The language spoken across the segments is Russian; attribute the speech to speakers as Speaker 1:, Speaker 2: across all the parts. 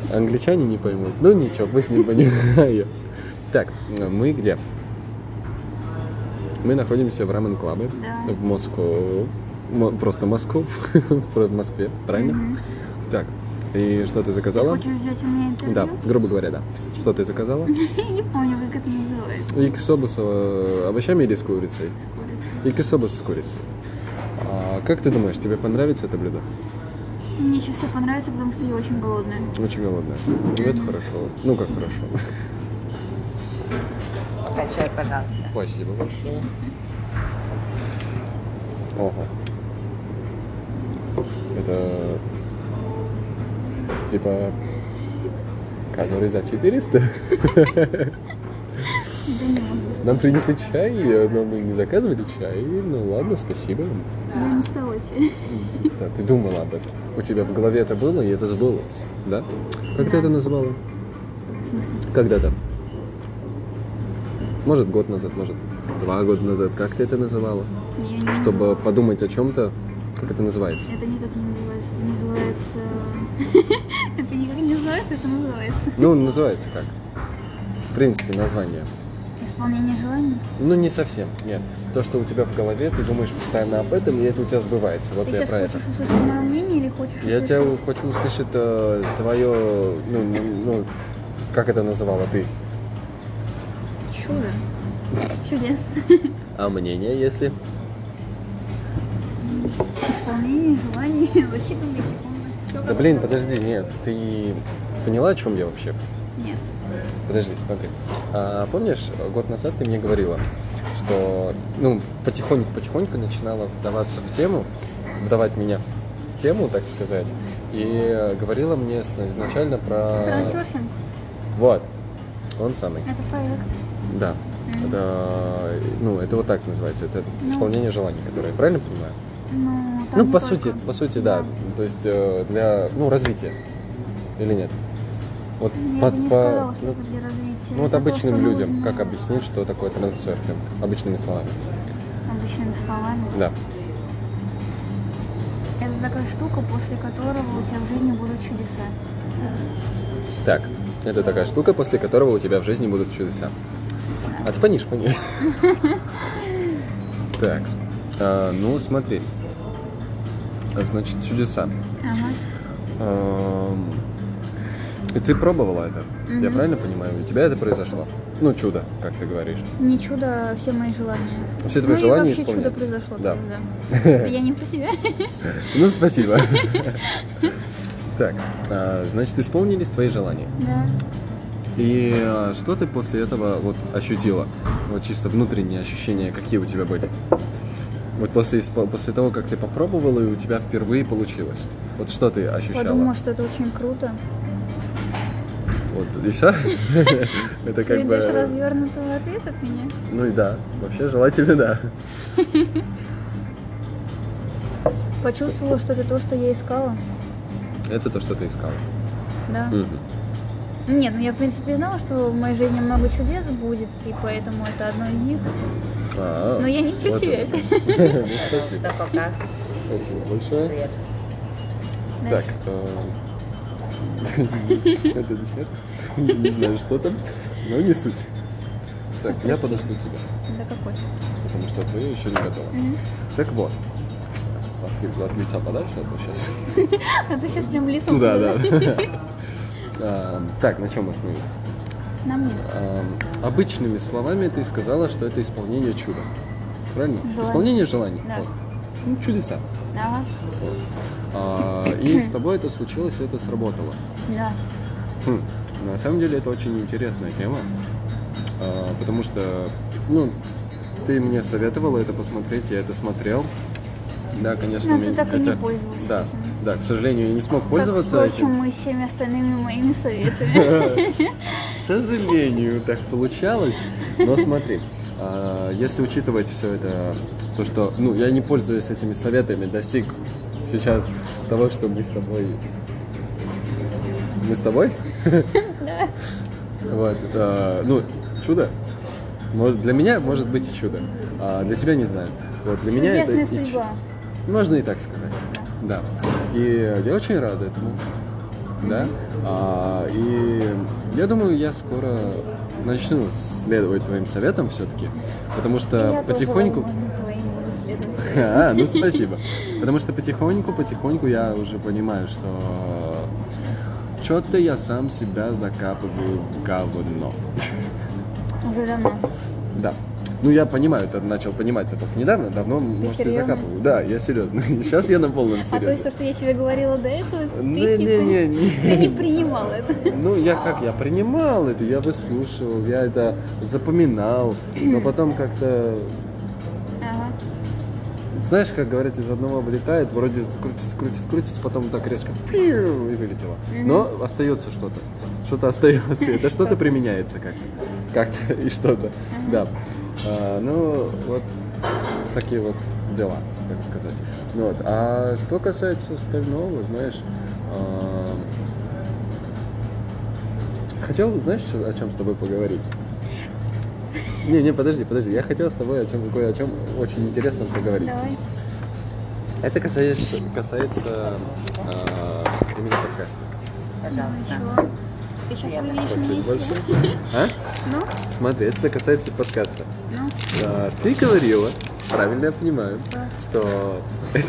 Speaker 1: Англичане не поймут. Ну ничего, пусть не понимаю. Так, мы где? Мы находимся в рамен клабе
Speaker 2: Да.
Speaker 1: в Москве. Просто Москву. В Москве, правильно? Так, и что ты заказала?
Speaker 2: Хочешь взять у меня интервью?
Speaker 1: Да, грубо говоря, да. Что ты заказала?
Speaker 2: Я не помню, как это называется.
Speaker 1: Иксобу с овощами или с курицей? Иксобу с курицей. А как ты думаешь, тебе понравится это блюдо?
Speaker 2: Мне сейчас все понравится, потому что я очень голодная.
Speaker 1: Очень голодная. Ну, это хорошо. Ну, как хорошо.
Speaker 3: Качай, пожалуйста.
Speaker 1: Спасибо большое. Ого. Это... Типа... Который за 400?
Speaker 2: Да не могу.
Speaker 1: Нам принесли чай, но мы не заказывали чай. Ну ладно, спасибо.
Speaker 2: Я мечтала чай.
Speaker 1: Да, ты думала об этом. У тебя в голове это было, и это сбылось, да? Как ты это называла?
Speaker 2: В смысле?
Speaker 1: Когда-то. Может, год назад, может, 2 года назад. Как ты это называла?
Speaker 2: Я не
Speaker 1: Чтобы
Speaker 2: называла.
Speaker 1: подумать о чем-то, как это называется?
Speaker 2: Это никак не называется. Это называется... Это никак не называется, это называется.
Speaker 1: Ну, называется как? В принципе, название.
Speaker 2: Исполнение желаний.
Speaker 1: Ну, не совсем, нет. То, что у тебя в голове, ты думаешь постоянно об этом, и это у тебя сбывается. Вот
Speaker 2: Ты
Speaker 1: я
Speaker 2: сейчас
Speaker 1: про это.
Speaker 2: хочешь услышать мое мнение или хочешь
Speaker 1: Я
Speaker 2: услышать...
Speaker 1: тебя хочу услышать твое, ну, как это называла ты?
Speaker 2: Чудо. Чудес.
Speaker 1: А мнение, если?
Speaker 2: Исполнение желаний. Защита секунды. Всё
Speaker 1: Да
Speaker 2: как
Speaker 1: блин,
Speaker 2: надо.
Speaker 1: подожди, нет, ты поняла, о чем я вообще?
Speaker 2: Нет.
Speaker 1: Подожди, смотри. Помнишь, год назад ты мне говорила, что, ну, потихоньку начинала вдавать меня в тему, так сказать, и говорила мне изначально про...
Speaker 2: Транссерфинг.
Speaker 1: Вот, он самый.
Speaker 2: Это проект.
Speaker 1: Да. Это, это вот так называется, это исполнение желаний, которое я правильно понимаю?
Speaker 2: Ну, там
Speaker 1: Ну,
Speaker 2: не
Speaker 1: по
Speaker 2: только.
Speaker 1: сути, да. То есть для, развития. Или нет? Вот
Speaker 2: Я бы не сказала, что
Speaker 1: ну,
Speaker 2: это для развития.
Speaker 1: ну, вот
Speaker 2: Это
Speaker 1: обычным
Speaker 2: просто
Speaker 1: людям,
Speaker 2: нужно
Speaker 1: как объяснить, что такое трансерфинг? Обычными словами.
Speaker 2: Обычными словами.
Speaker 1: Да.
Speaker 2: Это такая штука, после которого у тебя в жизни будут чудеса.
Speaker 1: Так, это такая штука, после которого у тебя в жизни будут чудеса. А ты понишь. Так, ну смотри. Значит, чудеса.
Speaker 2: Ага.
Speaker 1: И ты пробовала это? Я правильно понимаю? У тебя это произошло? Ну, чудо, как ты говоришь.
Speaker 2: Не чудо, а все мои желания.
Speaker 1: Все твои желания
Speaker 2: и вообще чудо
Speaker 1: исполнились.
Speaker 2: произошло.
Speaker 1: Да.
Speaker 2: тоже, да. Я не про себя.
Speaker 1: Ну, спасибо. Так, значит, исполнились твои желания.
Speaker 2: Да.
Speaker 1: И что ты после этого вот ощутила? Вот чисто внутренние ощущения, какие у тебя были? Вот после того, как ты попробовала, и у тебя впервые получилось. Вот что ты ощущала?
Speaker 2: Подумала, что это очень круто.
Speaker 1: Вот, и все? Это
Speaker 2: Ты
Speaker 1: как
Speaker 2: ждешь
Speaker 1: бы...
Speaker 2: развернутого ответа от меня?
Speaker 1: Ну и да, вообще желательно да.
Speaker 2: Почувствовала, что это то, что я искала.
Speaker 1: Это то, что ты искала.
Speaker 2: Да.
Speaker 1: Мгм.
Speaker 2: Нет, ну я в принципе знала, что в моей жизни много чудес будет, и поэтому это одно из них. Но я не про
Speaker 1: вот
Speaker 2: себя.
Speaker 1: это. Ну, спасибо.
Speaker 3: Да, пока.
Speaker 1: Спасибо большое.
Speaker 3: Привет.
Speaker 1: Так, это десерт. Не знаю, что там, но не суть. Так, я подожду тебя,
Speaker 2: Да как хочешь.
Speaker 1: потому что твое еще не готово. Так вот, от лица подальше, а то сейчас
Speaker 2: А ты сейчас прям лицом
Speaker 1: туда, да.
Speaker 2: туда.
Speaker 1: Так, на чем мы остановились?
Speaker 2: На мне.
Speaker 1: Обычными словами ты сказала, что это исполнение чуда. Правильно?
Speaker 2: Желаний.
Speaker 1: Исполнение желаний.
Speaker 2: Да.
Speaker 1: Вот. Ну, чудеса.
Speaker 2: Ага.
Speaker 1: И с тобой это случилось, и это сработало.
Speaker 2: Да.
Speaker 1: На самом деле это очень интересная тема, потому что, ну, ты мне советовала это посмотреть, я это смотрел. Да, конечно,
Speaker 2: Но ты так и не пользовался
Speaker 1: Да,
Speaker 2: этим.
Speaker 1: да, к сожалению, я не смог
Speaker 2: Как,
Speaker 1: пользоваться
Speaker 2: впрочем,
Speaker 1: этим.
Speaker 2: и всеми остальными моими советами.
Speaker 1: К сожалению, так получалось. Но смотри, если учитывать все это, то что, ну, я не пользуюсь этими советами, достиг сейчас того, что мы с тобой... Мы с тобой?
Speaker 2: Да.
Speaker 1: Вот, это, ну, чудо. Для меня может быть и чудо, а для тебя не знаю. Вот, для меня это
Speaker 2: Чудесная судьба.
Speaker 1: Можно и так сказать. Да. И я очень рад этому. да? И я думаю, я скоро начну следовать твоим советам все-таки, потому что потихоньку... Ну спасибо. Потому что потихоньку я уже понимаю, что что-то я сам себя закапываю в говно.
Speaker 2: Уже давно.
Speaker 1: Да. Ну, я понимаю, это начал понимать это только недавно, давно, может, и закапываю. Да, я серьезно. Сейчас я на полном серьезе.
Speaker 2: А то есть, что я тебе говорила до этого, ты
Speaker 1: ты
Speaker 2: не принимал это?
Speaker 1: Ну, я принимал это, я выслушивал, я это запоминал, но потом как-то... Знаешь, как говорят, из одного вылетает, вроде крутится, потом так резко и вылетело. Но остается что-то. Что-то остается, это что-то применяется как-то и что-то. Да. Ну, вот такие вот дела, так сказать. Ну, вот. А что касается остального, знаешь, хотел, знаешь, о чем с тобой поговорить? Не, подожди, я хотел с тобой кое о чем очень интересном поговорить.
Speaker 2: Давай.
Speaker 1: Это касается именно подкаста.
Speaker 2: Пожалуйста. Ты сейчас увидишь
Speaker 1: Спасибо большое.
Speaker 2: Ну?
Speaker 1: Смотри, это касается подкаста.
Speaker 2: Ну?
Speaker 1: Ты говорила, правильно я понимаю, что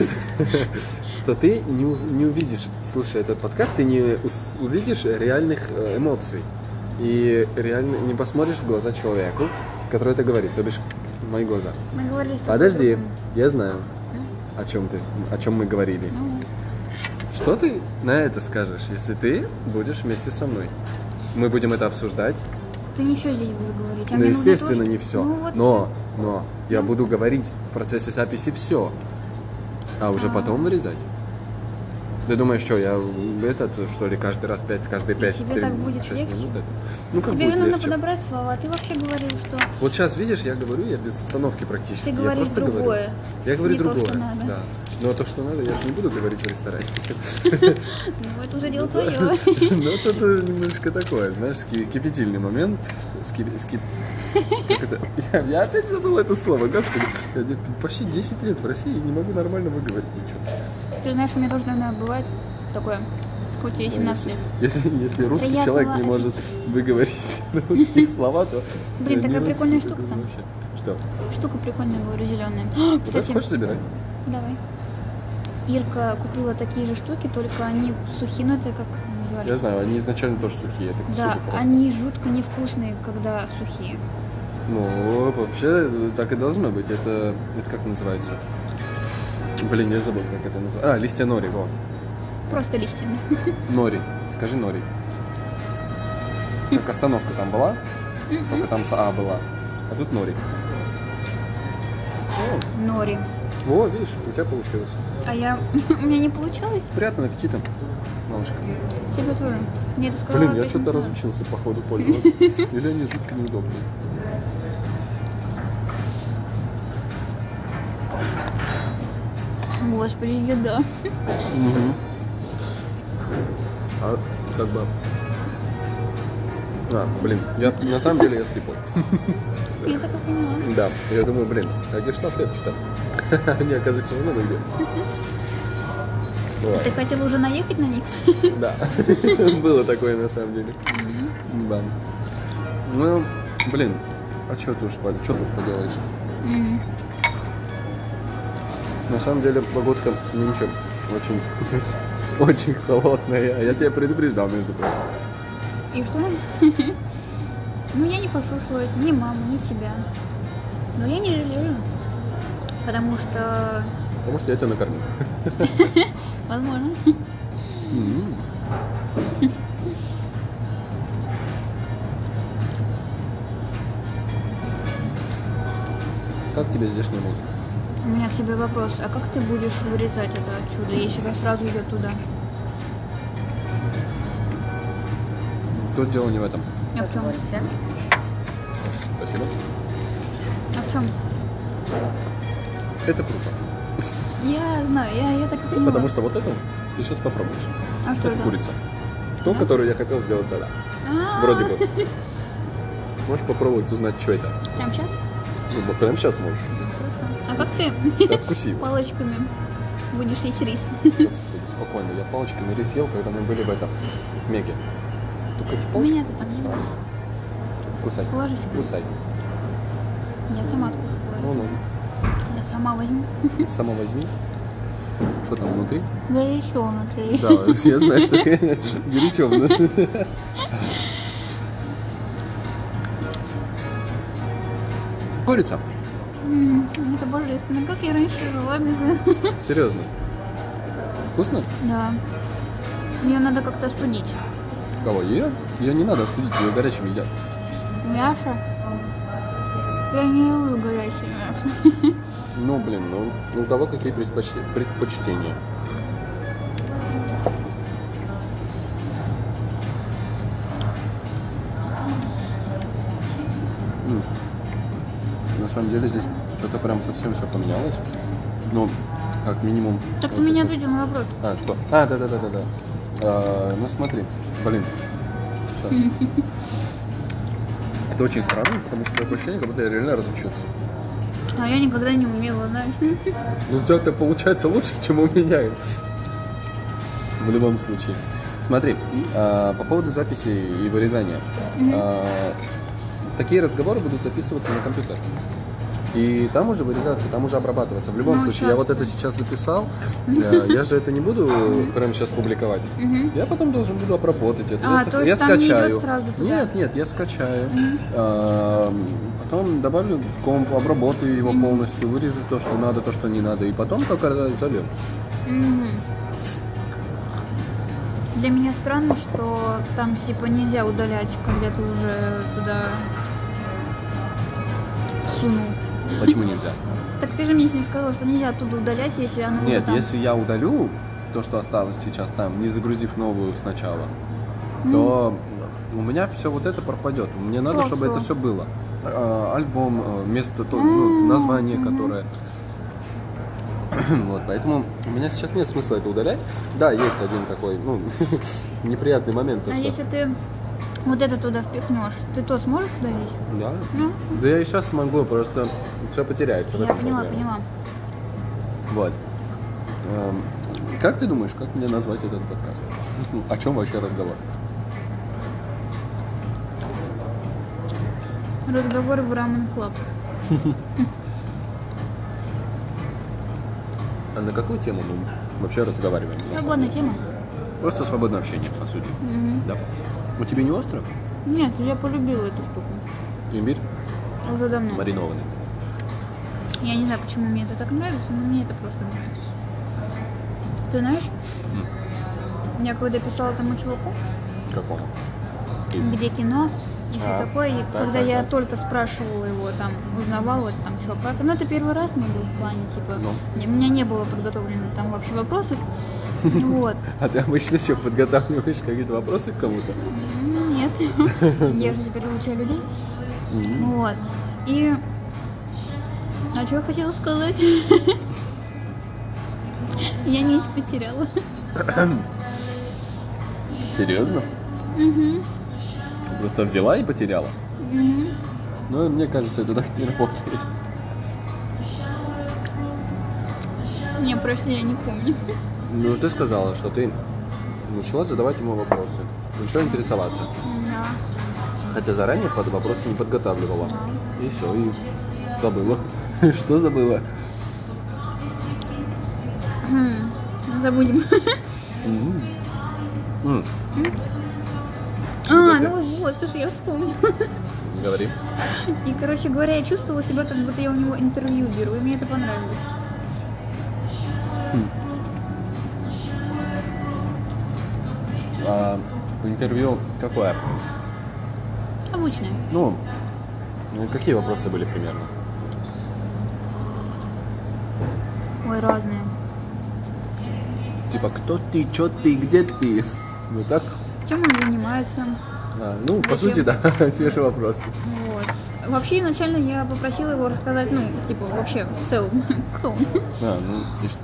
Speaker 1: ты не увидишь, слушая этот подкаст, ты не увидишь реальных эмоций. И реально не посмотришь в глаза человеку, который это говорит, то бишь мои глаза.
Speaker 2: Мы говорили с тобой.
Speaker 1: Подожди, я знаю, о чем мы говорили. Что ты на это скажешь, если ты будешь вместе со мной? Мы будем это обсуждать.
Speaker 2: Ты не все здесь буду говорить.
Speaker 1: Ну, естественно, не все. Но я буду говорить в процессе записи все, а уже потом вырезать. Ты думаешь, что я что ли, каждые 5-6 минут это? Ну, как
Speaker 2: тебе
Speaker 1: будет
Speaker 2: нужно
Speaker 1: легче.
Speaker 2: подобрать слова. Ты вообще говорил, что...
Speaker 1: Вот сейчас, видишь, я говорю, я без остановки практически.
Speaker 2: Ты говоришь
Speaker 1: я просто
Speaker 2: другое.
Speaker 1: говорю. Я говорю
Speaker 2: не
Speaker 1: другое.
Speaker 2: То, что надо.
Speaker 1: Да. Но то, что надо, я же не буду говорить в ресторане.
Speaker 2: Ну, это уже дело твое.
Speaker 1: Ну, это немножко такое, знаешь, кипятильный момент. Как это? Я опять забыл это слово, господи. Я почти 10 лет в России и не могу нормально выговорить ничего.
Speaker 2: Ты знаешь, у меня тоже, наверное, бывает такое, хоть и 17 лет.
Speaker 1: Если русский человек не может выговорить русские слова, то...
Speaker 2: Блин, такая прикольная штука там.
Speaker 1: Что?
Speaker 2: Штука прикольная, говорю, зеленая.
Speaker 1: Кстати, хочешь забирать?
Speaker 2: Давай. Ирка купила такие же штуки, только они сухие, ну это как называли?
Speaker 1: Я знаю, они изначально тоже сухие. Это
Speaker 2: да, они жутко невкусные, когда сухие.
Speaker 1: Ну, вообще, так и должно быть. Это как называется? Блин, я забыл, как это называется. Листья нори, вот.
Speaker 2: Просто листья.
Speaker 1: Нори. Скажи нори. Как остановка там была, только там с А была. А тут нори.
Speaker 2: Нори.
Speaker 1: О, видишь, у тебя получилось.
Speaker 2: У меня не получалось?
Speaker 1: Приятного аппетита, малышка.
Speaker 2: Тебе тоже. Нет, сказала,
Speaker 1: блин, я что-то разучился, походу, пользоваться. Или они жутко неудобные.
Speaker 2: Господи, еда.
Speaker 1: А как бы... блин, я на самом деле я слепой.
Speaker 2: Я так и поняла.
Speaker 1: Да, я думаю, блин, а где же салфетки-то? Они, оказывается, много где.
Speaker 2: Ты хотела уже наехать на них?
Speaker 1: Да, было такое на самом деле. Да. Ну, блин, а что тут поделаешь? На самом деле погодка нынче очень холодная. Я тебя предупреждал, между прочим.
Speaker 2: И что? Ну, я не послушала ни маму, ни тебя. Но я не жалею. Потому что
Speaker 1: я тебя накормил.
Speaker 2: возможно.
Speaker 1: Как тебе здешняя музыка?
Speaker 2: У меня к тебе вопрос. А как ты будешь вырезать это отсюда, если это сразу идет туда?
Speaker 1: Тут дело не в этом.
Speaker 2: А в чем?
Speaker 1: Спасибо.
Speaker 2: А в чем?
Speaker 1: Это круто.
Speaker 2: Я знаю, я так и поняла.
Speaker 1: Потому что вот это ты сейчас попробуешь.
Speaker 2: А что это?
Speaker 1: Курица. То, которую я хотел сделать тогда. Вроде бы. Можешь попробовать узнать, что это.
Speaker 2: Прямо сейчас?
Speaker 1: Ну, прямо сейчас можешь.
Speaker 2: А как ты?
Speaker 1: Ты откуси его.
Speaker 2: Палочками Будешь есть рис.
Speaker 1: Господи, спокойно. Я палочками рис ел, когда мы были в этом в Меге. Только эти палочки
Speaker 2: Меня-то там
Speaker 1: какие-то
Speaker 2: не
Speaker 1: странные. Кусай.
Speaker 2: Положи.
Speaker 1: Кусай.
Speaker 2: Я сама откушаю.
Speaker 1: Ну-ну.
Speaker 2: Я сама возьму.
Speaker 1: Сама возьми. Что там внутри?
Speaker 2: Горячо внутри.
Speaker 1: Да, я знаю, что горячо внутри. Курица.
Speaker 2: Это божественно. Как я раньше жила без этого?
Speaker 1: Серьезно. Вкусно?
Speaker 2: Да. Ее надо как-то остудить.
Speaker 1: Кого? Ее? Ее не надо остудить, ее горячим едят.
Speaker 2: Мясо? Я не люблю горячее мясо.
Speaker 1: Ну, блин, ну у кого какие предпочтения? На самом деле здесь что-то прям совсем все поменялось. Ну, как минимум...
Speaker 2: Так
Speaker 1: вот
Speaker 2: ты меня
Speaker 1: это-
Speaker 2: ответил на вопрос.
Speaker 1: А, что? А, да. Ну смотри, блин. Сейчас. Это очень странно, потому что такое ощущение, как будто я реально разучился.
Speaker 2: А я никогда не умела, знаешь.
Speaker 1: Ну, у тебя-то получается лучше, чем у меня. В любом случае. Смотри, по поводу записи и вырезания. Такие разговоры будут записываться на компьютер. И там уже вырезаться, там уже обрабатываться. В любом
Speaker 2: Ну,
Speaker 1: случае, я вот это сейчас записал. Я же это не буду прямо сейчас публиковать. Я потом должен буду обработать это.
Speaker 2: То
Speaker 1: Я
Speaker 2: есть там не идет
Speaker 1: скачаю.
Speaker 2: сразу туда?
Speaker 1: Нет, я скачаю. Потом добавлю в комп, обработаю его полностью, вырежу то, что надо, то, что не надо. И потом только залью.
Speaker 2: Для меня странно, что там типа нельзя удалять, когда ты уже туда сунул.
Speaker 1: Почему нельзя?
Speaker 2: Так ты же мне сегодня сказала, что нельзя оттуда удалять, если оно уже
Speaker 1: Нет,
Speaker 2: там.
Speaker 1: если я удалю то, что осталось сейчас там, не загрузив новую сначала, то у меня все вот это пропадет. Мне надо, чтобы это все было. Альбом, место, название, которое... Вот, поэтому у меня сейчас нет смысла это удалять. Да, есть один такой, неприятный момент.
Speaker 2: А если ты вот это туда впихнешь, ты то сможешь удалить?
Speaker 1: Да.
Speaker 2: Ну,
Speaker 1: Да я и сейчас смогу, просто все потеряется. в
Speaker 2: я
Speaker 1: этом
Speaker 2: поняла.
Speaker 1: проблема. Вот. Как ты думаешь, как мне назвать этот подкаст? О чем вообще разговор?
Speaker 2: Разговоры в Ramen Club.
Speaker 1: А на какую тему мы вообще разговариваем? на самом
Speaker 2: Свободная
Speaker 1: деле?
Speaker 2: тема.
Speaker 1: Просто свободное общение, по сути. Да. У тебя не остро?
Speaker 2: Нет, я полюбила эту штуку.
Speaker 1: Имбирь
Speaker 2: Уже давно.
Speaker 1: маринованный.
Speaker 2: Я не знаю, почему мне это так нравится, но мне это просто нравится. Ты знаешь, я когда писала тому чуваку,
Speaker 1: Какому?
Speaker 2: где кино, и все такое, и
Speaker 1: так,
Speaker 2: когда
Speaker 1: так,
Speaker 2: я
Speaker 1: так.
Speaker 2: только спрашивала его, там, узнавала, вот, там, чувак, ну это первый раз мы был в плане, типа,
Speaker 1: Ну.
Speaker 2: у меня не было подготовлено там вообще вопросов, вот,
Speaker 1: А ты обычно что, подготавливаешь какие-то вопросы к кому-то?
Speaker 2: нет, я же теперь изучаю людей, вот, и, а что я хотела сказать? Я нить потеряла.
Speaker 1: Серьезно? Просто взяла и потеряла? Ну, мне кажется, это так не работает.
Speaker 2: Не, просто я не помню.
Speaker 1: Ну, ты сказала, что ты начала задавать ему вопросы, начала интересоваться.
Speaker 2: Да.
Speaker 1: Хотя заранее под вопросы не подготавливала.
Speaker 2: Да.
Speaker 1: И все, и забыла. Что забыла?
Speaker 2: Забудем. Ну вот, слушай, я вспомнила.
Speaker 1: Говори.
Speaker 2: И, короче говоря, я чувствовала себя, как будто я у него интервью беру, и мне это понравилось.
Speaker 1: Интервью какое?
Speaker 2: Обычное.
Speaker 1: Ну, какие вопросы были примерно?
Speaker 2: Ой, разные.
Speaker 1: Типа, кто ты, чё ты, где ты? Вот так?
Speaker 2: Чем он занимается?
Speaker 1: Ну, по
Speaker 2: Зачем?
Speaker 1: сути, да, те же вопросы.
Speaker 2: Вот. Вообще, изначально я попросила его рассказать, ну, типа, вообще, в целом, кто он.
Speaker 1: Ну, и что?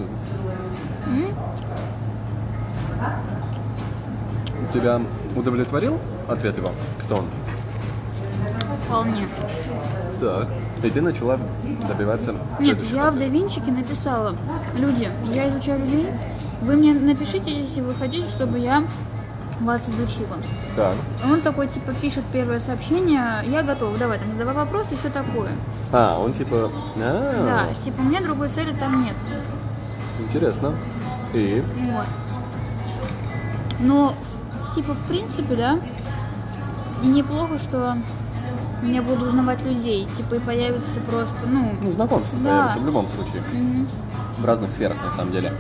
Speaker 1: Тебя удовлетворил ответ его? Кто он?
Speaker 2: Вполне.
Speaker 1: Так. И ты начала добиваться
Speaker 2: Нет,
Speaker 1: следующих
Speaker 2: я в
Speaker 1: ответов.
Speaker 2: Давинчике написала: люди, я изучаю людей, вы мне напишите, если вы хотите, чтобы я вас изучила.
Speaker 1: Так.
Speaker 2: Он такой, типа, пишет первое сообщение: я готов, давай, там, задавай вопросы и все такое.
Speaker 1: А, он типа...
Speaker 2: Да, типа, у меня другой цели там нет.
Speaker 1: Интересно. И?
Speaker 2: Вот. Но, типа, в принципе, да, и неплохо, что я буду узнавать людей, типа, и появится просто,
Speaker 1: Ну, знакомство
Speaker 2: Да.
Speaker 1: появится в любом случае.
Speaker 2: Мгм.
Speaker 1: В разных сферах, на самом деле.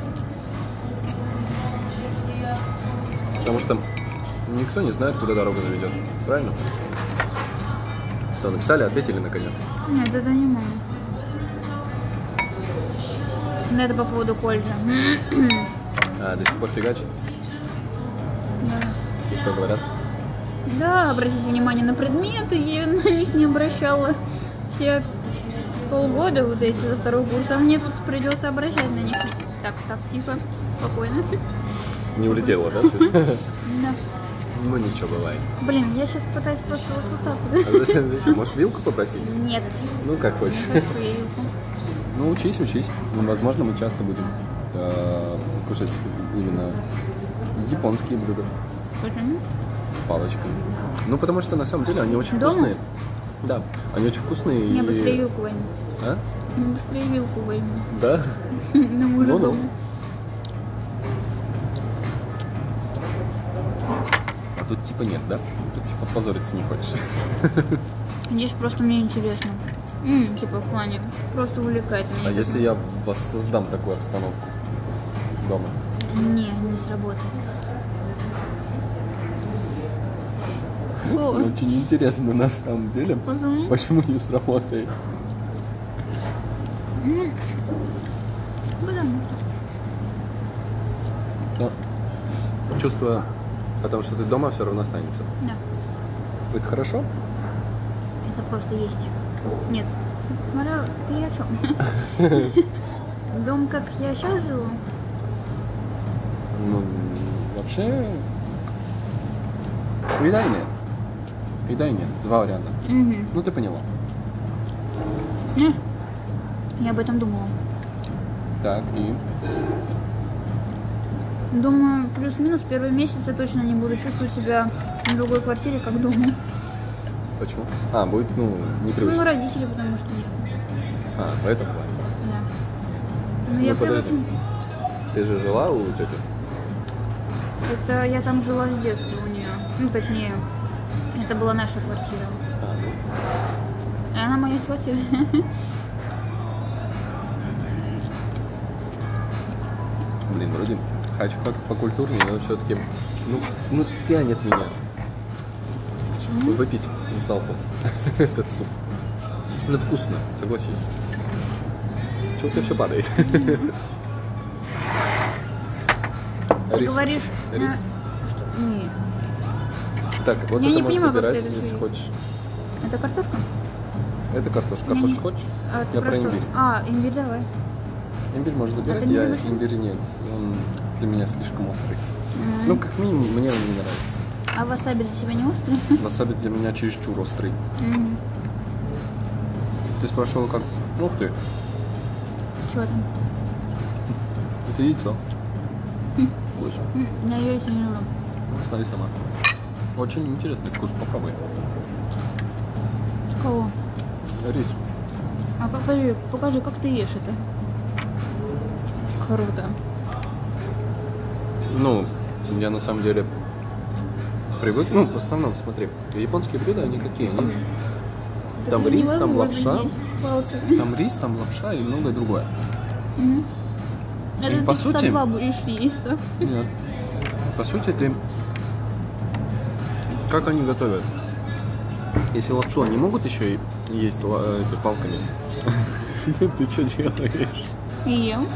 Speaker 1: Потому что никто не знает, куда дорога заведет. Правильно? Что, написали, ответили наконец?
Speaker 2: Нет, это не мама. Но это по поводу колледжа.
Speaker 1: А, до сих пор фигачит?
Speaker 2: Да.
Speaker 1: И что говорят?
Speaker 2: Да, обратите внимание на предметы, я на них не обращала все полгода вот эти за второй курс, а мне тут придется обращать на них. Так, тихо, спокойно.
Speaker 1: Не улетело, да? всё?
Speaker 2: Да.
Speaker 1: Ну ничего, бывает.
Speaker 2: Блин, я сейчас пытаюсь просто вот так вот.
Speaker 1: А зачем? Может, вилку попросить?
Speaker 2: Нет,
Speaker 1: Ну, как хочешь.
Speaker 2: не хочу вилку.
Speaker 1: Ну, учись. Ну, возможно, мы часто будем кушать именно японские блюда.
Speaker 2: Почему?
Speaker 1: Палочками. Ну, потому что, на самом деле, они очень
Speaker 2: Дома?
Speaker 1: вкусные. Да, они очень вкусные.
Speaker 2: Я
Speaker 1: и...
Speaker 2: быстрее вилку возьму.
Speaker 1: А?
Speaker 2: Я быстрее вилку возьму.
Speaker 1: Да?
Speaker 2: Ну, мы уже
Speaker 1: Ну-ну.
Speaker 2: дома.
Speaker 1: А тут типа нет, да? Тут типа позориться не хочешь.
Speaker 2: Здесь просто мне интересно. Типа в плане. Просто увлекает меня.
Speaker 1: А если я воссоздам такую обстановку дома?
Speaker 2: Не сработает. О,
Speaker 1: Очень интересно на самом деле,
Speaker 2: Почему?
Speaker 1: почему не сработает.
Speaker 2: Потому что.
Speaker 1: Но чувство, потому что ты дома все равно останется.
Speaker 2: Да,
Speaker 1: Это хорошо?
Speaker 2: это просто есть. Нет, смотря ты о чем? Дом, как я сейчас живу?
Speaker 1: Ну, вообще, и да, и нет. И да, и нет. Два варианта.
Speaker 2: Угу.
Speaker 1: Ну, ты поняла.
Speaker 2: Я об этом думала.
Speaker 1: Так, и...
Speaker 2: Думаю, плюс-минус первый месяц я точно не буду чувствовать себя в другой квартире, как дома.
Speaker 1: Почему? А, будет, ну,
Speaker 2: Ну,
Speaker 1: непривычно.
Speaker 2: родители, потому что нет.
Speaker 1: А, в этом плане.
Speaker 2: Да. Ну, я
Speaker 1: Ну, подожди.
Speaker 2: привыкла.
Speaker 1: Ты же жила у тети?
Speaker 2: Это я там жила с детства у нее. Ну, точнее, это была наша квартира.
Speaker 1: А, ну.
Speaker 2: И она моя тетя.
Speaker 1: Блин, вроде хочу как покультурнее, но все-таки, ну, тянет меня выпить залпом этот суп. Ну, вкусно, согласись. Чего у тебя все падает?
Speaker 2: Ты
Speaker 1: Рис.
Speaker 2: говоришь...
Speaker 1: Рис.
Speaker 2: Что? Нет.
Speaker 1: Так, вот
Speaker 2: Я
Speaker 1: это
Speaker 2: не
Speaker 1: можешь
Speaker 2: понимаю, как
Speaker 1: забирать,
Speaker 2: ты это
Speaker 1: если
Speaker 2: съешь.
Speaker 1: хочешь.
Speaker 2: Это картошка?
Speaker 1: Это картошка.
Speaker 2: Я
Speaker 1: Картошку
Speaker 2: не-
Speaker 1: хочешь?
Speaker 2: А, ты
Speaker 1: Я про
Speaker 2: что?
Speaker 1: имбирь.
Speaker 2: А, имбирь давай.
Speaker 1: Имбирь можешь забирать,
Speaker 2: ты не
Speaker 1: я
Speaker 2: любишь
Speaker 1: имбирь нет. Он для меня слишком острый.
Speaker 2: М.
Speaker 1: Ну, как минимум, мне он не нравится.
Speaker 2: А васаби для тебя не острый?
Speaker 1: Васаби для меня чересчур острый.
Speaker 2: М.
Speaker 1: Ты спрашивала, как? Ух ты,
Speaker 2: Чего там?
Speaker 1: это яйцо. Слышь,
Speaker 2: Я яйца не люблю.
Speaker 1: смотри сама. Очень интересный вкус, попробуй.
Speaker 2: С кого?
Speaker 1: Рис.
Speaker 2: А покажи, как ты ешь это. Круто.
Speaker 1: Ну, я на самом деле привык, ну, в основном, смотри, японские блюда, они какие? Они... Там
Speaker 2: Это
Speaker 1: рис, там
Speaker 2: невозможно
Speaker 1: лапша.
Speaker 2: есть с палками.
Speaker 1: Там рис, там лапша и многое другое.
Speaker 2: Мгм. Это
Speaker 1: по
Speaker 2: ты часа
Speaker 1: сути-
Speaker 2: 2 будешь есть, да?
Speaker 1: Нет. По сути, ты... Как они готовят? Если лапшу они могут еще и есть эти палками, ты что делаешь?
Speaker 2: Ем.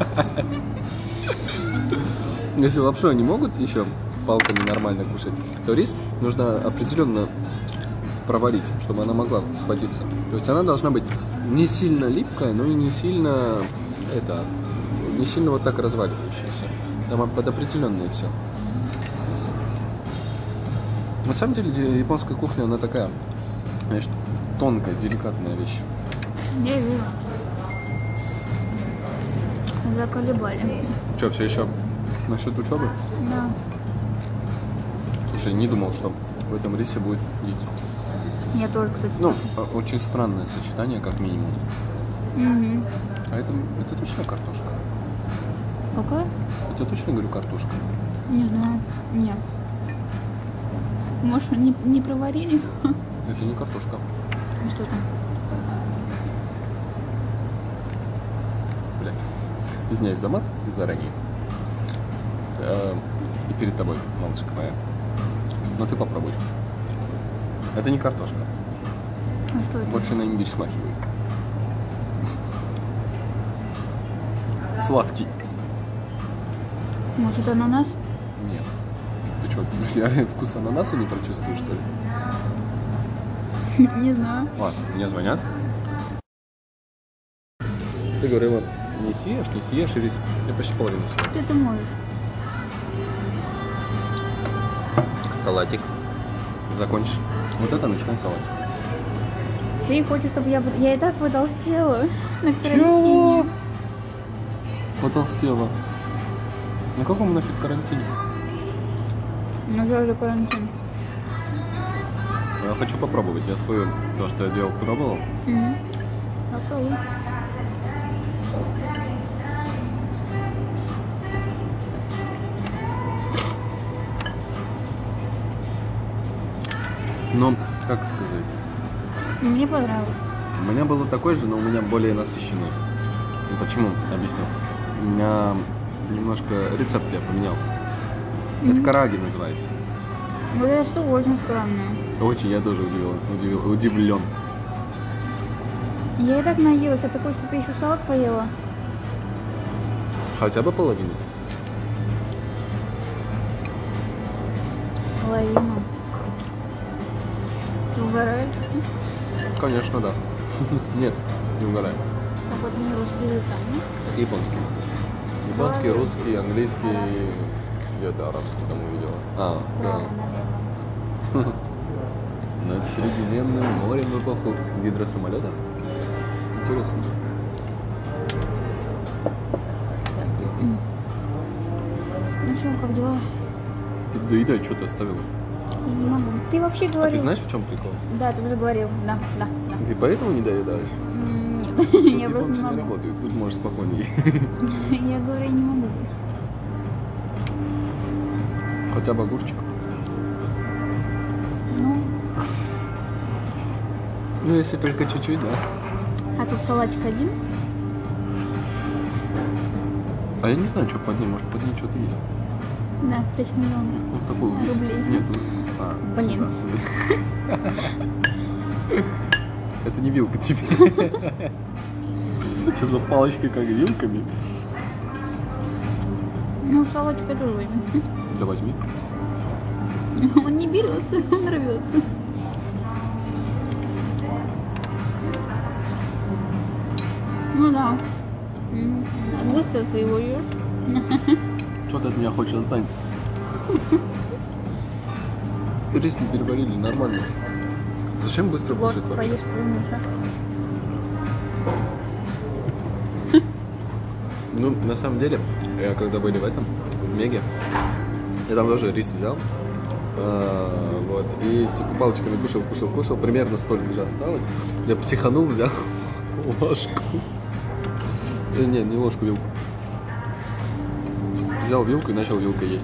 Speaker 1: Если лапшу они могут еще палками нормально кушать, то рис нужно определенно проварить, чтобы она могла схватиться. То есть она должна быть не сильно липкая, но и не сильно не сильно вот так разваливающаяся. Там под определенное все. На самом деле японская кухня, она такая, знаешь, тонкая, деликатная вещь.
Speaker 2: Я вижу. Заколебали.
Speaker 1: Что, все еще насчет учебы?
Speaker 2: Да.
Speaker 1: Слушай, не думал, что в этом рисе будет яйцо.
Speaker 2: Я тоже, кстати.
Speaker 1: Ну, очень странное сочетание, как минимум.
Speaker 2: Угу.
Speaker 1: А это точно картошка?
Speaker 2: Какая?
Speaker 1: Я тебе точно говорю картошка?
Speaker 2: Не знаю. Нет. Может, не проварили?
Speaker 1: Это не картошка.
Speaker 2: А что там?
Speaker 1: Блять. Извиняюсь за мат заранее. И перед тобой, малышка моя. Но ты попробуй. Это не картошка.
Speaker 2: А что это?
Speaker 1: Больше на имбирь смахивает. Сладкий.
Speaker 2: Может, ананас?
Speaker 1: Нет. Ты что, вкус ананаса не прочувствуешь, что ли?
Speaker 2: Не знаю.
Speaker 1: Ладно, мне звонят. Ты говорила, не съешь рис. Я почти половину съел.
Speaker 2: Ты это можешь.
Speaker 1: Салатик. Закончишь. Вот это начинай салатик.
Speaker 2: Ты хочешь, чтобы я и так потолстела на
Speaker 1: Чего?
Speaker 2: карантине?
Speaker 1: Потолстела. На каком нафиг карантине?
Speaker 2: Ну, же карантин.
Speaker 1: Я хочу попробовать. Я свое, то, что я делал, пробовал.
Speaker 2: Угу. Попробуй.
Speaker 1: Но, как сказать,
Speaker 2: Мне понравилось.
Speaker 1: у меня было такой же, но у меня более насыщенный. И почему? Объясню. У меня немножко рецепт я поменял. Это караги называется.
Speaker 2: Вот это что очень странное.
Speaker 1: Очень, я тоже удивлен.
Speaker 2: Я и так наелась, а ты хочешь, чтобы я еще салат поела?
Speaker 1: Хотя бы половину.
Speaker 2: Половину. Ты угораешь?
Speaker 1: Конечно, да. Нет, не угораю.
Speaker 2: Как это не русский язык, а?
Speaker 1: Японский. Японский, русский, английский, где-то арабский там увидела. Да.
Speaker 2: наверное.
Speaker 1: Над Средиземным морем в эпоху гидросамолета. Интересно.
Speaker 2: Ну что, как дела?
Speaker 1: Ты доедай, что ты оставила.
Speaker 2: Я не могу. Ты вообще
Speaker 1: А
Speaker 2: говорил.
Speaker 1: ты знаешь, в чем прикол?
Speaker 2: Да, ты уже говорил. Да.
Speaker 1: Ты поэтому не доедаешь?
Speaker 2: Нет,
Speaker 1: Тут
Speaker 2: я просто не
Speaker 1: японцы не
Speaker 2: могу.
Speaker 1: работают, тут можешь спокойнее.
Speaker 2: Я говорю, я не могу.
Speaker 1: Хотя бы огурчик. Ну, если только чуть-чуть, да.
Speaker 2: А тут салатик один?
Speaker 1: А я не знаю, что под ней. Может, под ней что-то есть.
Speaker 2: Да, 5 миллионов.
Speaker 1: Вот такой весь.
Speaker 2: Рублей.
Speaker 1: Нет,
Speaker 2: Блин.
Speaker 1: Да. Это не вилка тебе. Сейчас вот палочкой, как вилками.
Speaker 2: Ну, салатик я тоже возьму.
Speaker 1: Да возьми.
Speaker 2: Он не берется, он рвется. Ну да. Быстро ты его ешь.
Speaker 1: Что ты от меня хочешь отстань? Рис не переварили, нормально. Зачем быстро
Speaker 2: Вот,
Speaker 1: кушать вообще?
Speaker 2: поешь свой муж.
Speaker 1: Ну, на самом деле, я когда были в этом, в Меге, я там тоже рис взял. Вот, и типа палочками кушал, примерно столько же осталось. Я психанул, взял ложку. Не ложку, вилку. Взял вилку и начал вилкой есть.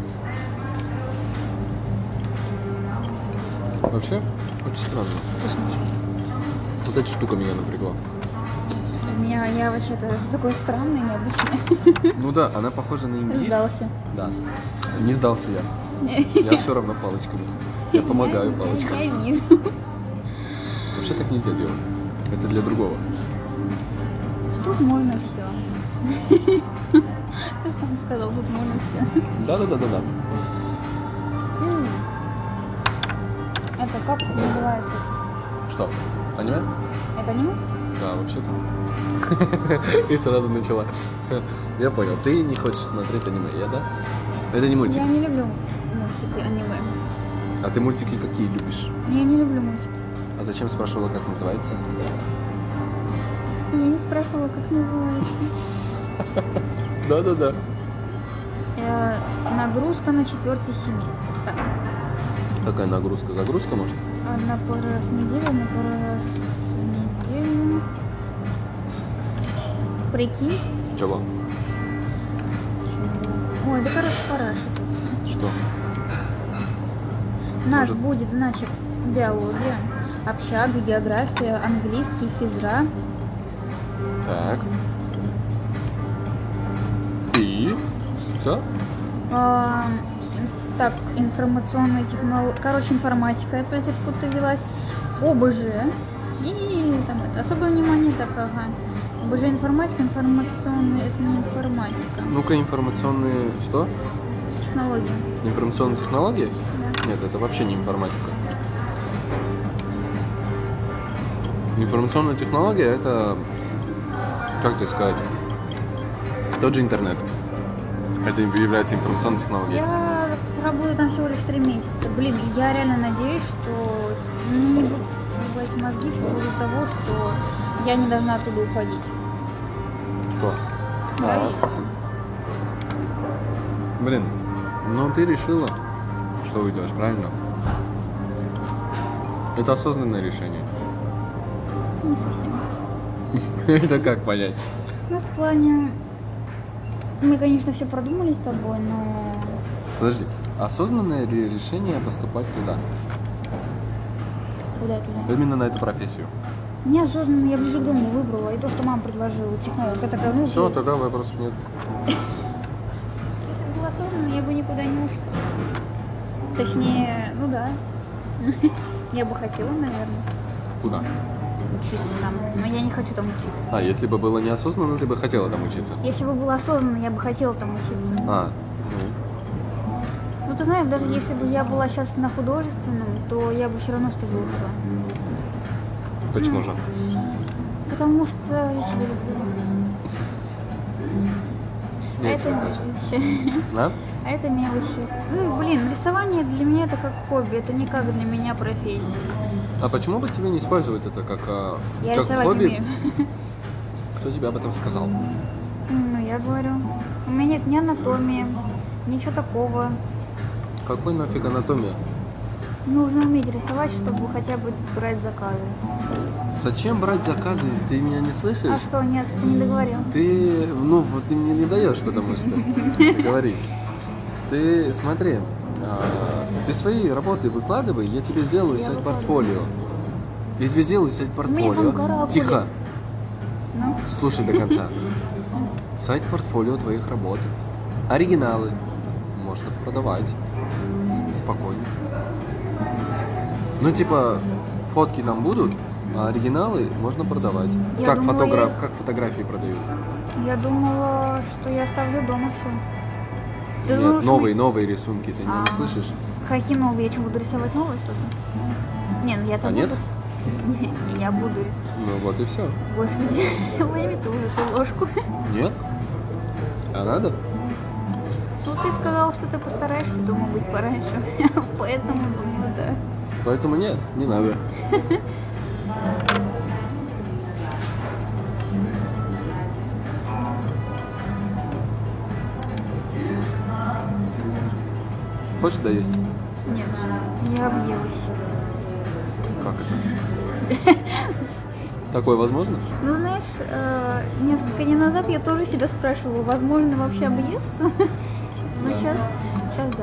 Speaker 1: Вообще, очень странно. Вот эта штука меня напрягла.
Speaker 2: Я вообще-то такой странный, необычный.
Speaker 1: Ну да, она похожа на имбирь.
Speaker 2: Сдался.
Speaker 1: Да. Не сдался я. Я все равно палочками. Я помогаю палочками.
Speaker 2: Я вижу.
Speaker 1: Вообще так нельзя делать. Это для другого.
Speaker 2: Тут можно все. Ты сам сказал, тут можно все.
Speaker 1: Да.
Speaker 2: Это как называется?
Speaker 1: Что? Аниме?
Speaker 2: Это аниме?
Speaker 1: Да, вообще-то. И сразу начала. Я понял. Ты не хочешь смотреть аниме, я, да? Это не мультик.
Speaker 2: Я не люблю мультики аниме.
Speaker 1: А ты мультики какие любишь?
Speaker 2: Я не люблю мультики.
Speaker 1: А зачем спрашивала, как называется?
Speaker 2: Я не спрашивала, как называется.
Speaker 1: Да-да-да.
Speaker 2: Нагрузка на 4-й семестр. Так.
Speaker 1: Какая нагрузка? Загрузка, может?
Speaker 2: На пару раз в неделю, на пару раз в неделю. Прикинь.
Speaker 1: Чего?
Speaker 2: Ой, да короче, параша тут.
Speaker 1: Что?
Speaker 2: Наш
Speaker 1: Может?
Speaker 2: будет, значит, биология, общага, география, английский, физра.
Speaker 1: Так. И? Все?
Speaker 2: Так, информационные технологии. Короче, информатика опять откуда-то взялась. ОБЖ. И там это особое внимание, так, ага. ОБЖ информатика, информационные, это не информатика.
Speaker 1: Ну-ка, информационные... Что?
Speaker 2: Технологии.
Speaker 1: Информационные технологии?
Speaker 2: Да.
Speaker 1: Нет, это вообще не информатика. Информационная технология это, как тебе сказать, тот же интернет. Это является информационной технологией.
Speaker 2: Я работаю там всего лишь 3 месяца. Блин, я реально надеюсь, что не будут сбивать мозги по поводу того, что я не должна оттуда уходить.
Speaker 1: Кто?
Speaker 2: Правильно?
Speaker 1: Блин, ну ты решила, что уйдешь, правильно? Это осознанное решение.
Speaker 2: Не совсем.
Speaker 1: Это как понять?
Speaker 2: Ну, в плане... Мы, конечно, все продумали с тобой, но...
Speaker 1: Подожди, осознанное решение поступать туда?
Speaker 2: Куда туда?
Speaker 1: Именно на эту профессию.
Speaker 2: Неосознанно я ближе к дому выбрала, и то, что мама предложила, технолог. Я такая, ну...
Speaker 1: Все, тогда вопросов нет.
Speaker 2: Если бы было осознанно, я бы никуда не ушла. Точнее, ну да. Я бы хотела, наверное,
Speaker 1: Куда?
Speaker 2: учиться там, но я не хочу там учиться.
Speaker 1: А, если бы было неосознанно, ты бы хотела там учиться?
Speaker 2: Если бы было осознанно, я бы хотела там учиться.
Speaker 1: А,
Speaker 2: Ну, ты знаешь, даже если бы я была сейчас на художественном, то я бы все равно с тобой ушла.
Speaker 1: ну, почему же?
Speaker 2: Потому что я себя люблю. А
Speaker 1: Я
Speaker 2: это
Speaker 1: тебя точно.
Speaker 2: мелочи.
Speaker 1: А?
Speaker 2: А это мелочи. Ну, блин, рисование для меня это как хобби, это не как для меня профессия.
Speaker 1: А почему бы тебе не использовать это как
Speaker 2: Я
Speaker 1: как
Speaker 2: рисовать
Speaker 1: хобби?
Speaker 2: умею.
Speaker 1: Кто тебе об этом сказал?
Speaker 2: Ну, я говорю, у меня нет ни анатомии, ничего такого.
Speaker 1: Какой нафиг анатомия?
Speaker 2: Нужно уметь рисовать, чтобы хотя бы брать заказы.
Speaker 1: Зачем брать заказы? Ты меня не слышишь?
Speaker 2: А что, нет, ты не договорил?
Speaker 1: Ты, ну, вот ты мне не даешь, потому что говорить. Ты смотри, ты свои работы выкладывай, я тебе сделаю
Speaker 2: Я
Speaker 1: сайт
Speaker 2: выкладываю.
Speaker 1: портфолио. Я тебе сделаю сайт
Speaker 2: меня
Speaker 1: портфолио.
Speaker 2: там гора
Speaker 1: Тихо,
Speaker 2: будет. Ну,
Speaker 1: слушай до конца. Сайт портфолио твоих работ. Оригиналы можно продавать. Спокойно. Ну, типа, фотки там будут, а оригиналы можно продавать.
Speaker 2: Я
Speaker 1: Как,
Speaker 2: думала,
Speaker 1: как фотографии продают.
Speaker 2: я думала, что я оставлю дома все. Ты
Speaker 1: Нет,
Speaker 2: думаешь,
Speaker 1: новые рисунки, ты меня не слышишь?
Speaker 2: Какие новые? Я что, буду рисовать новые что-то? Не, ну я-то
Speaker 1: А
Speaker 2: буду.
Speaker 1: нет?
Speaker 2: Я буду рисовать.
Speaker 1: Ну вот и все.
Speaker 2: Господи, возьми ты уже эту ложку.
Speaker 1: Нет? А надо?
Speaker 2: Ну, ты сказал, что ты постараешься дома быть пораньше. Поэтому думаю, да.
Speaker 1: Поэтому нет, не надо. Хочешь доесть?
Speaker 2: Нет, я объелась.
Speaker 1: Как это? Такое возможно?
Speaker 2: Ну, знаешь, несколько дней назад я тоже себя спрашивала, возможно вообще объесться. Но сейчас да.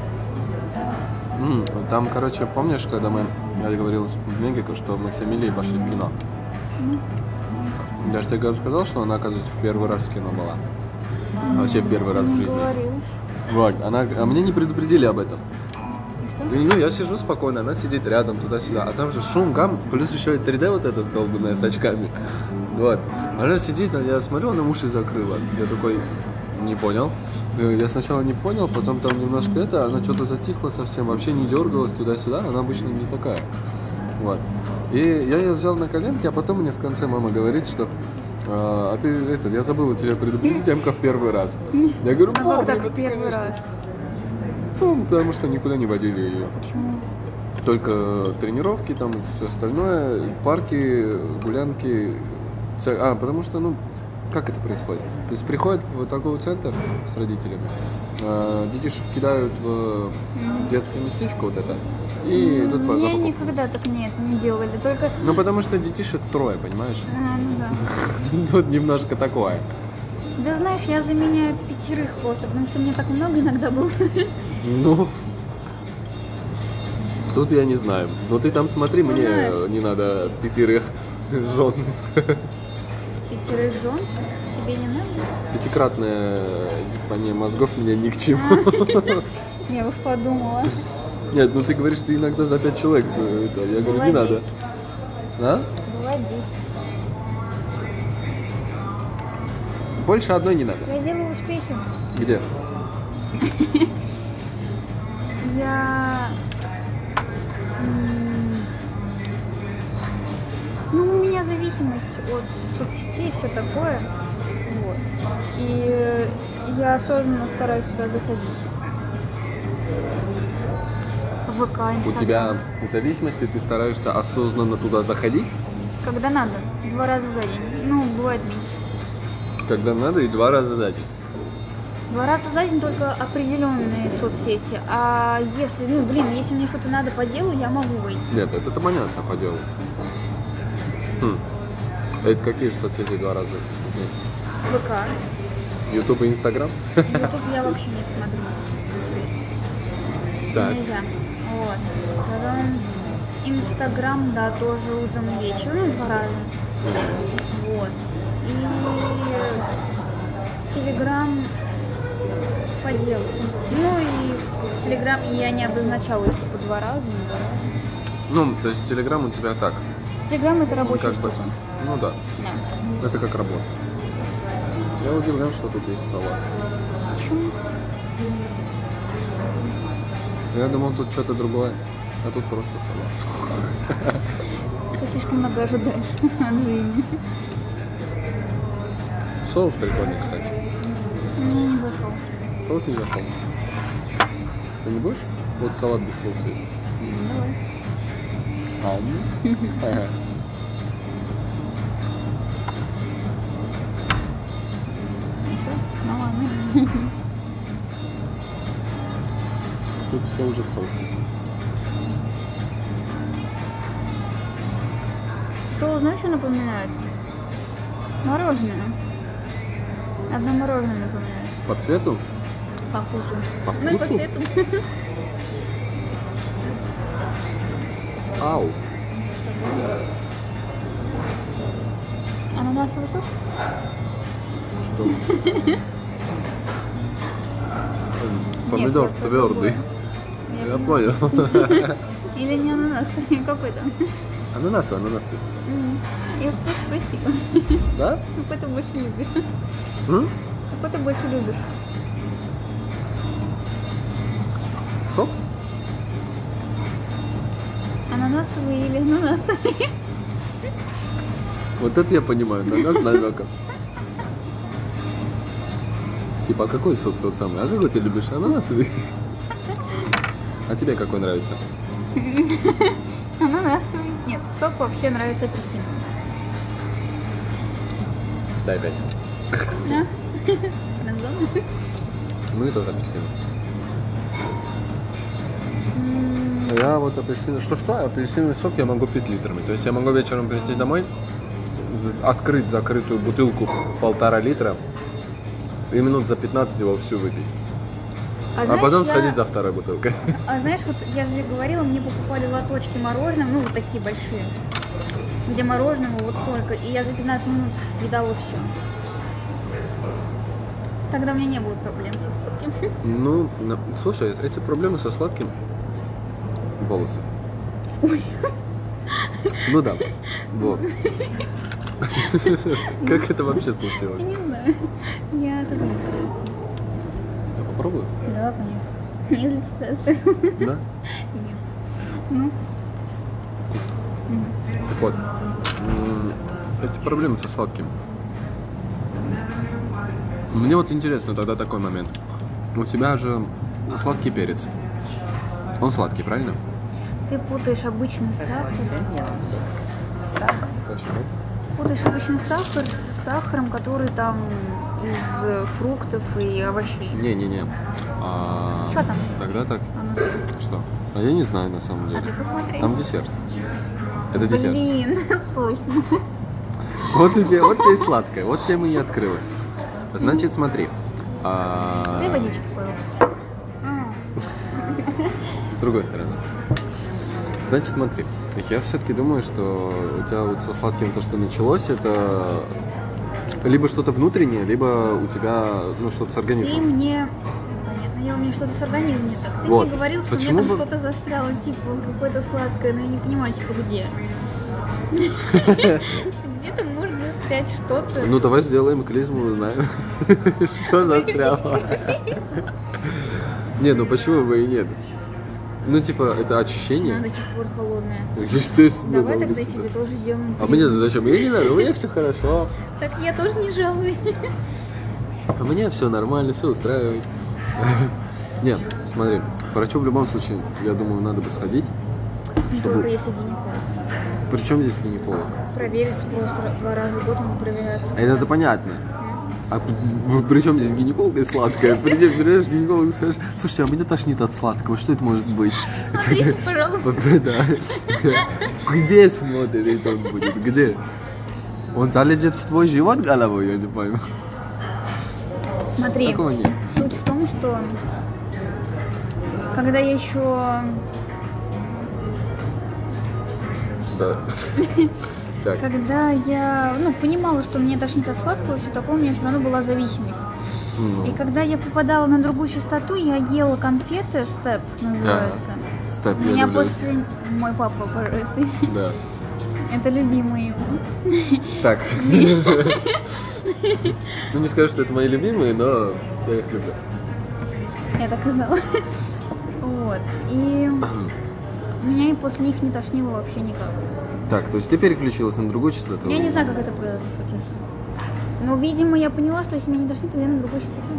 Speaker 1: Там, короче, помнишь, когда я говорил с Мегико, что мы с Эмилией пошли в кино? Я же тебе сказал, что она, оказывается, в первый раз в кино была. Вообще в первый раз в
Speaker 2: Не
Speaker 1: жизни.
Speaker 2: говорил.
Speaker 1: Вот, а мне не предупредили об этом.
Speaker 2: И что?
Speaker 1: И, ну, я сижу спокойно, она сидит рядом, туда-сюда. А там же шум, гам, плюс еще и 3D вот это долбанное с очками. Вот. Она сидит, я смотрю, она уши закрыла. Я такой, не понял. Я сначала не понял, потом там немножко она что-то затихла совсем, вообще не дергалась туда-сюда, она обычно не такая. Вот. И я ее взял на коленки, а потом мне в конце мама говорит, что а ты я забыла тебя предупредить, Эмка в первый раз. Я говорю,
Speaker 2: А как так
Speaker 1: вовремя,
Speaker 2: в
Speaker 1: ты,
Speaker 2: первый
Speaker 1: конечно.
Speaker 2: раз?
Speaker 1: Ну, потому что никуда не водили ее.
Speaker 2: Почему?
Speaker 1: Только тренировки, там все остальное, парки, гулянки. Потому что, ну, как это происходит? То есть приходят в торговый центр с родителями, детишек кидают в детское местечко вот это, и идут по
Speaker 2: Я
Speaker 1: запаху.
Speaker 2: никогда так нет, не делали, только...
Speaker 1: Ну, потому что детишек трое, понимаешь?
Speaker 2: Ну да.
Speaker 1: Тут немножко такое.
Speaker 2: Да знаешь, я заменяю 5 просто, потому что мне так много иногда было.
Speaker 1: Ну, тут я не знаю. Но ты там смотри, мне
Speaker 2: Знаешь.
Speaker 1: не надо 5 жен.
Speaker 2: 5 жен? Тебе не надо?
Speaker 1: Пятикратное ебание мозгов мне ни к чему.
Speaker 2: Я уж подумала.
Speaker 1: Нет, ну ты говоришь, ты иногда за 5 человек. Это, я говорю, не
Speaker 2: Бывает
Speaker 1: надо.
Speaker 2: 10.
Speaker 1: А?
Speaker 2: Бывает 10.
Speaker 1: Больше одной не надо.
Speaker 2: Я делаю успехи.
Speaker 1: Где?
Speaker 2: Ну, у меня зависимость от соцсетей и все такое. Вот. И я осознанно стараюсь туда заходить. ВК, Инстаграм.
Speaker 1: У тебя зависимость, и ты стараешься осознанно туда заходить,
Speaker 2: Когда надо. 2 раза за день. Ну, бывает меньше.
Speaker 1: когда надо, и 2 раза за день.
Speaker 2: 2 раза за день только определенные соцсети. А если, если мне что-то надо по делу, я могу выйти.
Speaker 1: Нет, это понятно по делу. Это какие же соцсети 2 раза в день?
Speaker 2: ВК.
Speaker 1: Ютуб и Инстаграм?
Speaker 2: Ютуб я вообще не смотрю.
Speaker 1: Так.
Speaker 2: Нельзя. Вот. Потом Инстаграм, да, тоже утром и вечером, 2 раза. Вот. И Телеграм по делу. Ну и в Телеграме я не обозначала их по 2 раза, не 2 раза.
Speaker 1: Ну, то есть Телеграм у тебя так.
Speaker 2: Телеграм это рабочая
Speaker 1: Как бы.
Speaker 2: штука.
Speaker 1: Ну да,
Speaker 2: Да.
Speaker 1: это как работа. Я удивлен, что тут есть салат.
Speaker 2: Почему?
Speaker 1: Я думал, тут что-то другое, а тут просто салат.
Speaker 2: Ты слишком много ожидаешь от жизни.
Speaker 1: Соус прикольный, кстати.
Speaker 2: Мне не зашел.
Speaker 1: Соус не зашел. Ты не будешь? Вот салат без соуса есть.
Speaker 2: Давай.
Speaker 1: Ага.
Speaker 2: Еще? Ну ладно.
Speaker 1: Тут все уже в соусе.
Speaker 2: Что, знаешь, что напоминает? Мороженое. Одно мороженое напоминает.
Speaker 1: По цвету?
Speaker 2: По вкусу.
Speaker 1: По
Speaker 2: Ну и по
Speaker 1: вкусу?
Speaker 2: цвету.
Speaker 1: Ау.
Speaker 2: Ананасовый сок?
Speaker 1: Что? Помидор
Speaker 2: Нет,
Speaker 1: твердый. Я понял.
Speaker 2: Или не ананас, какой там.
Speaker 1: Ананасовый.
Speaker 2: Я вкус спросила.
Speaker 1: Да?
Speaker 2: Какой ты больше любишь?
Speaker 1: М?
Speaker 2: Какой ты больше любишь?
Speaker 1: Сок?
Speaker 2: Ананасовый или ананасовый?
Speaker 1: Вот это я понимаю, намек намеком. Типа, а какой сок тот самый? А какой ты любишь? Ананасовый? А тебе какой нравится?
Speaker 2: Ананасовый. Нет, сок вообще нравится апельсиновый.
Speaker 1: Дай 5.
Speaker 2: Да? Разумно.
Speaker 1: Ну и тоже апельсин. Я вот апельсин... Что-что? Апельсиновый сок я могу пить литрами. То есть я могу вечером прийти домой, открыть закрытую бутылку 1,5 литра и минут за 15 его всю выпить. А
Speaker 2: знаешь,
Speaker 1: потом сходить за второй бутылкой.
Speaker 2: А знаешь, вот я же говорила, мне покупали лоточки мороженого, ну вот такие большие, где мороженого вот столько, и я за 15 минут съедала все. Тогда у меня не было проблем со сладким.
Speaker 1: Ну, слушай, эти проблемы со сладким волосы.
Speaker 2: Ой.
Speaker 1: Ну да. Вот. Как это вообще случилось?
Speaker 2: Я не знаю. Я так не знаю.
Speaker 1: Я попробую?
Speaker 2: Да, конечно. Я для тебя оставила.
Speaker 1: Да?
Speaker 2: Нет. Ну.
Speaker 1: Так вот, эти проблемы со сладким. Мне вот интересно тогда такой момент. У тебя же сладкий перец. Он сладкий, правильно?
Speaker 2: ты путаешь обычный сахар.
Speaker 1: Почему?
Speaker 2: Путаешь обычный сахар с сахаром, который там из фруктов и овощей.
Speaker 1: Не-не-не.
Speaker 2: Что там?
Speaker 1: Тогда так.
Speaker 2: А ну,
Speaker 1: Что? А я не знаю на самом
Speaker 2: а
Speaker 1: деле.
Speaker 2: ты посмотри.
Speaker 1: Там десерт. Это десерт.
Speaker 2: Блин, точно.
Speaker 1: Вот тебе и сладкое. Вот тема и открылась. Значит, смотри.
Speaker 2: Дай водички, пожалуйста.
Speaker 1: С другой стороны. Значит, смотри. Я все-таки думаю, что у тебя вот со сладким то, что началось, это либо что-то внутреннее, либо у тебя что-то с
Speaker 2: Ты
Speaker 1: организмом.
Speaker 2: мне... Понятно, у меня что-то с организмом не так. Ты
Speaker 1: Вот.
Speaker 2: мне говорил, что
Speaker 1: Почему
Speaker 2: у меня
Speaker 1: бы-
Speaker 2: там что-то застряло, типа какое-то сладкое, но я не понимаю, типа где. Где-то может застрять что-то.
Speaker 1: Ну, давай сделаем клизму, узнаем, что застряло. Не, ну почему бы и нет? Ну, типа, это очищение.
Speaker 2: Она до сих пор холодная.
Speaker 1: Естественно,
Speaker 2: Давай
Speaker 1: на
Speaker 2: тогда
Speaker 1: улице,
Speaker 2: тебе
Speaker 1: да.
Speaker 2: тоже сделаем.
Speaker 1: А мне зачем? Мне не надо, у меня все хорошо.
Speaker 2: Так я тоже не жалуюсь.
Speaker 1: А мне все нормально, все устраивает. Нет, смотри, к врачу в любом случае, я думаю, надо бы сходить.
Speaker 2: Только если гинеколог.
Speaker 1: Причем здесь гинеколог?
Speaker 2: Проверить просто 2 раза в год ему проверяться.
Speaker 1: А это понятно. А при чем здесь гинеколог и сладкое? Придешь к гинекологу и скажешь: слушайте, а меня тошнит от сладкого, что это может быть?
Speaker 2: Смотри, пожалуйста.
Speaker 1: Да. Где смотрит он будет? Где? Он залезет в твой живот головой, я не пойму.
Speaker 2: Смотри,
Speaker 1: Такого нет.
Speaker 2: суть в том, что когда я еще...
Speaker 1: Да. Так.
Speaker 2: Когда я понимала, что мне тошнит от сладкого, все такое, у меня все равно была зависимость.
Speaker 1: Ну,
Speaker 2: И когда я попадала на другую частоту, я ела конфеты, степ называется.
Speaker 1: Степ,
Speaker 2: У
Speaker 1: я
Speaker 2: меня
Speaker 1: люблю.
Speaker 2: после... Мой папа обожает.
Speaker 1: Да.
Speaker 2: Это любимый его.
Speaker 1: Так. Ну, не скажу, что это мои любимые, но я их люблю.
Speaker 2: Я так и знала. Вот. И меня и после них не тошнило вообще никак.
Speaker 1: Так, то есть ты переключилась на другую частоту?
Speaker 2: Я не знаю, как это произошло, честно. Но, видимо, я поняла, что если меня не тошнит, то я на другой частоте.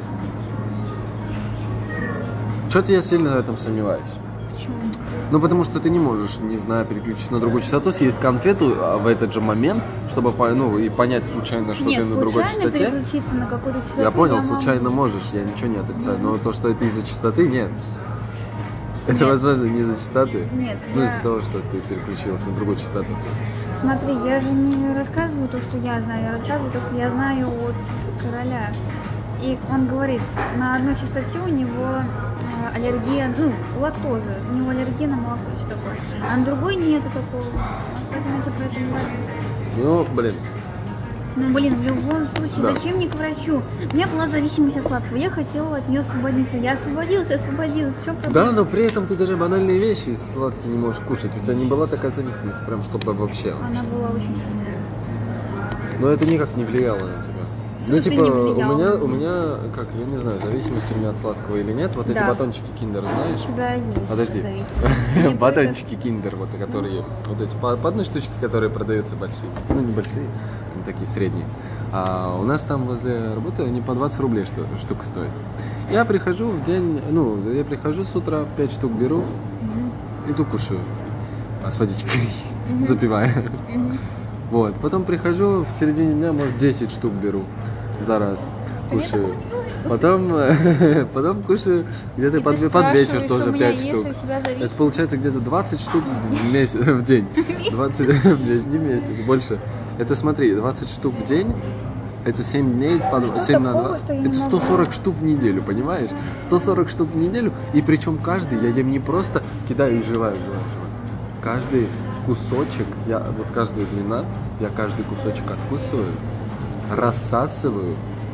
Speaker 1: Что-то я сильно в этом сомневаюсь.
Speaker 2: Почему?
Speaker 1: Ну, потому что ты не можешь, не знаю, переключиться на другую частоту, съесть конфету в этот же момент, чтобы и понять случайно, что
Speaker 2: Нет,
Speaker 1: ты на другой
Speaker 2: случайно
Speaker 1: частоте.
Speaker 2: переключиться на какую-то частоту
Speaker 1: Я понял,
Speaker 2: могу.
Speaker 1: случайно можешь, я ничего не отрицаю, но то, что это из-за частоты, нет. Это,
Speaker 2: Нет.
Speaker 1: возможно, не из-за частоты.
Speaker 2: Нет,
Speaker 1: Ну,
Speaker 2: я...
Speaker 1: из-за того, что ты переключилась на другую частоту.
Speaker 2: Смотри, я же не рассказываю то, что я знаю, я рассказываю то, что я знаю от короля. И он говорит, на одной частоте у него аллергия, лактоза, у него аллергия на молоко, что такое. А на другой нету такого. Поэтому я тебе про это не говорю.
Speaker 1: Ну, блин.
Speaker 2: Ну, блин, в любом случае,
Speaker 1: Да.
Speaker 2: зачем мне к врачу? У меня была зависимость от сладкого, я хотела от нее освободиться. Я освободилась, в чем проблема?
Speaker 1: Да, но при этом ты даже банальные вещи сладкие не можешь кушать. У тебя не была такая зависимость, прям чтобы вообще.
Speaker 2: Она была очень сильная.
Speaker 1: Но это никак не влияло на тебя.
Speaker 2: В
Speaker 1: Ну,
Speaker 2: смысле
Speaker 1: типа,
Speaker 2: не влияло?
Speaker 1: у меня, как, я не знаю, зависимость у меня от сладкого или нет. Вот эти
Speaker 2: Да.
Speaker 1: батончики Киндер, знаешь?
Speaker 2: У тебя есть
Speaker 1: Подожди.
Speaker 2: зависимость.
Speaker 1: Батончики Киндер, вот которые, вот эти по одной штучке, которые продаются большие. Ну, не большие, они такие средние. А у нас там возле работы они по 20 рублей штука стоит. Я прихожу в день, я прихожу с утра, 5 штук беру, иду кушаю. А с водичкой запиваю. Вот, потом прихожу, в середине дня, может, 10 штук беру за раз, кушаю. Потом кушаю где-то под вечер тоже 5 штук. Это получается где-то 20 штук в день. 20, не месяц, больше. Это смотри, 20 штук в день, это 7 дней, 7 на 2, это 140 штук в неделю, понимаешь? 140 штук в неделю, и причем каждый я ем не просто кидаю и жеваю. Каждый кусочек, вот каждую длина, я каждый кусочек откусываю, рассасываю,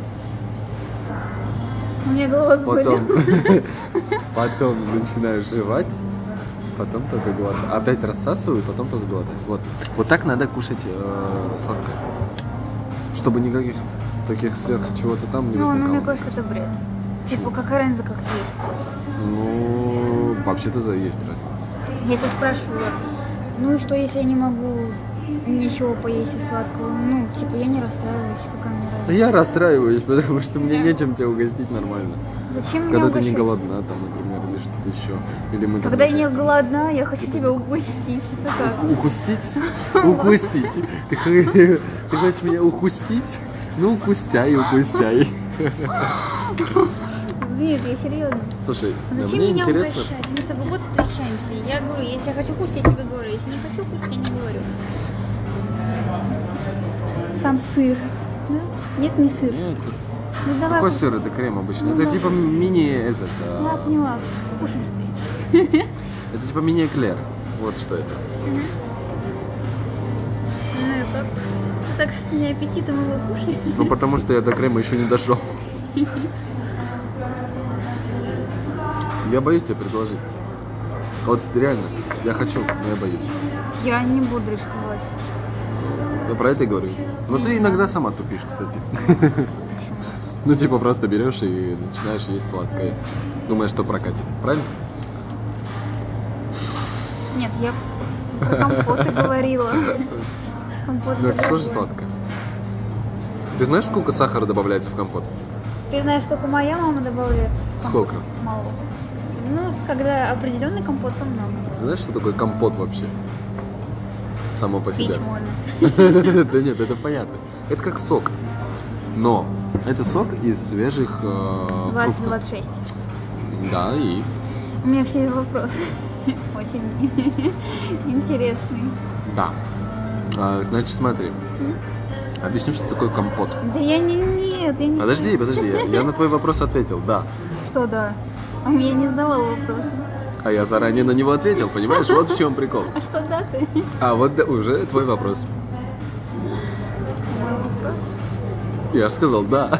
Speaker 2: У меня голос болит.
Speaker 1: потом начинаю жевать, потом только глотать. Опять рассасываю, потом только глотать. Вот так надо кушать сладкое. Чтобы никаких таких сверх чего-то там не возникало.
Speaker 2: Мне кажется, это бред. Типа, какая разница, как есть?
Speaker 1: Ну, вообще-то есть разница.
Speaker 2: Я тебя спрашиваю, ну и что, если я не могу ничего поесть из сладкого? Ну, типа, я не расстраиваюсь, какая мне разница?
Speaker 1: Я расстраиваюсь, потому что мне нечем тебя угостить нормально.
Speaker 2: Зачем меня
Speaker 1: Когда ты не
Speaker 2: угощать?
Speaker 1: голодна, там, например, или что-то еще? Или мы там
Speaker 2: Когда я не
Speaker 1: вместе?
Speaker 2: голодна, я хочу тебя угостить. Это как?
Speaker 1: Укустить? Укустить. Ты хочешь меня укустить? Ну, укустяй, укустяй.
Speaker 2: Нет, я серьезно.
Speaker 1: Слушай,
Speaker 2: Зачем
Speaker 1: мне
Speaker 2: меня
Speaker 1: интересно...
Speaker 2: угощать? Мы с тобой год встречаемся. Я говорю, если я хочу кушать, я тебе говорю. Если не хочу кушать, я не говорю. Там сыр. Да? Нет, не сыр.
Speaker 1: Нет,
Speaker 2: Ну давай.
Speaker 1: какой сыр? Это крем обычно.
Speaker 2: Ну,
Speaker 1: Это
Speaker 2: да.
Speaker 1: типа мини... этот.
Speaker 2: Лап, не лап. Кушаем ты.
Speaker 1: Это типа мини-эклер. Вот что это.
Speaker 2: Ну, как? Так с аппетитом его кушай.
Speaker 1: Ну, потому что я до крема еще не дошел. Я боюсь тебе предложить. Вот реально, я хочу, но я боюсь.
Speaker 2: Я не буду рисковать.
Speaker 1: Я про это и говорю. Но ты иногда сама тупишь, кстати. Ну, типа, просто берешь и начинаешь есть сладкое. Думаешь, что прокатит. Правильно?
Speaker 2: Нет, я про компоты говорила. Компот
Speaker 1: Ну, это
Speaker 2: это
Speaker 1: тоже
Speaker 2: другое.
Speaker 1: сладкое. Ты знаешь, сколько сахара добавляется в компот?
Speaker 2: Ты знаешь, сколько моя мама добавляет?
Speaker 1: Сколько?
Speaker 2: Мало. Ну, когда определенный компот, то много.
Speaker 1: Ты знаешь, что такое компот вообще? Само по
Speaker 2: Пить
Speaker 1: себе.
Speaker 2: можно.
Speaker 1: Да нет, это понятно. Это как сок. Но это сок из свежих фруктов.
Speaker 2: 20-26.
Speaker 1: Да, и...
Speaker 2: У меня все вопросы очень интересные.
Speaker 1: Да. Значит, смотри. Объясню, что такое компот.
Speaker 2: Да я не... Нет, я не...
Speaker 1: Подожди, я на твой вопрос ответил, да.
Speaker 2: Что да? А я не задавала вопрос.
Speaker 1: А я заранее на него ответил, понимаешь? Вот в чем прикол.
Speaker 2: А что да ты?
Speaker 1: А вот да, уже твой вопрос.
Speaker 2: Мой вопрос?
Speaker 1: Я же сказал да.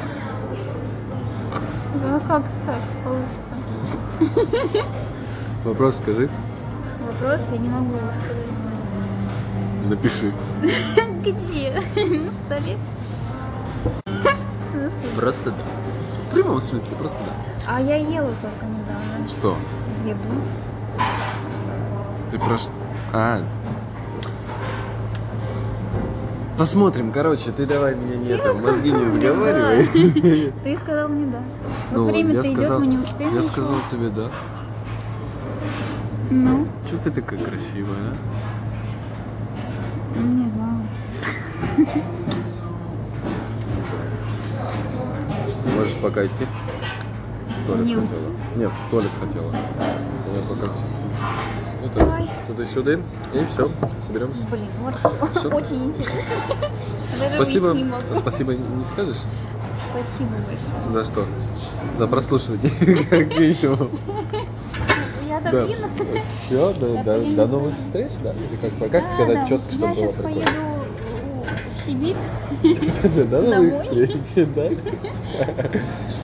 Speaker 2: Ну как так получится?
Speaker 1: Вопрос скажи.
Speaker 2: Вопрос я не могу сказать.
Speaker 1: Напиши.
Speaker 2: Где? На столе?
Speaker 1: Просто да. В прямом смысле, просто да.
Speaker 2: А я ела только недавно.
Speaker 1: Что?
Speaker 2: Еду.
Speaker 1: Ты про что? Посмотрим, короче, ты давай меня не это, мозги не сговаривай.
Speaker 2: Ты сказал мне да. Вот
Speaker 1: Ну,
Speaker 2: время-то идет, мы не успеем.
Speaker 1: я
Speaker 2: ничего.
Speaker 1: сказал тебе да.
Speaker 2: Ну,
Speaker 1: Че ты такая красивая,
Speaker 2: не знаю.
Speaker 1: а? Можешь пока идти? В туалет
Speaker 2: Не
Speaker 1: хотела. Нет, в туалет хотела. Я пока все.
Speaker 2: Давай.
Speaker 1: Туда-сюда. И все, соберемся.
Speaker 2: Блин, вот
Speaker 1: Всё?
Speaker 2: очень интересно. Даже
Speaker 1: Спасибо.
Speaker 2: выйти не могу.
Speaker 1: Спасибо не скажешь?
Speaker 2: Спасибо большое.
Speaker 1: За что? За прослушивание, как минимум.
Speaker 2: Я
Speaker 1: Да.
Speaker 2: добьюна.
Speaker 1: Все, до новых встреч, да? Или как сказать четко, чтобы
Speaker 2: Я
Speaker 1: было
Speaker 2: сейчас
Speaker 1: прикольно?
Speaker 2: поеду в Сибирь.
Speaker 1: До новых
Speaker 2: Домой.
Speaker 1: встреч, да?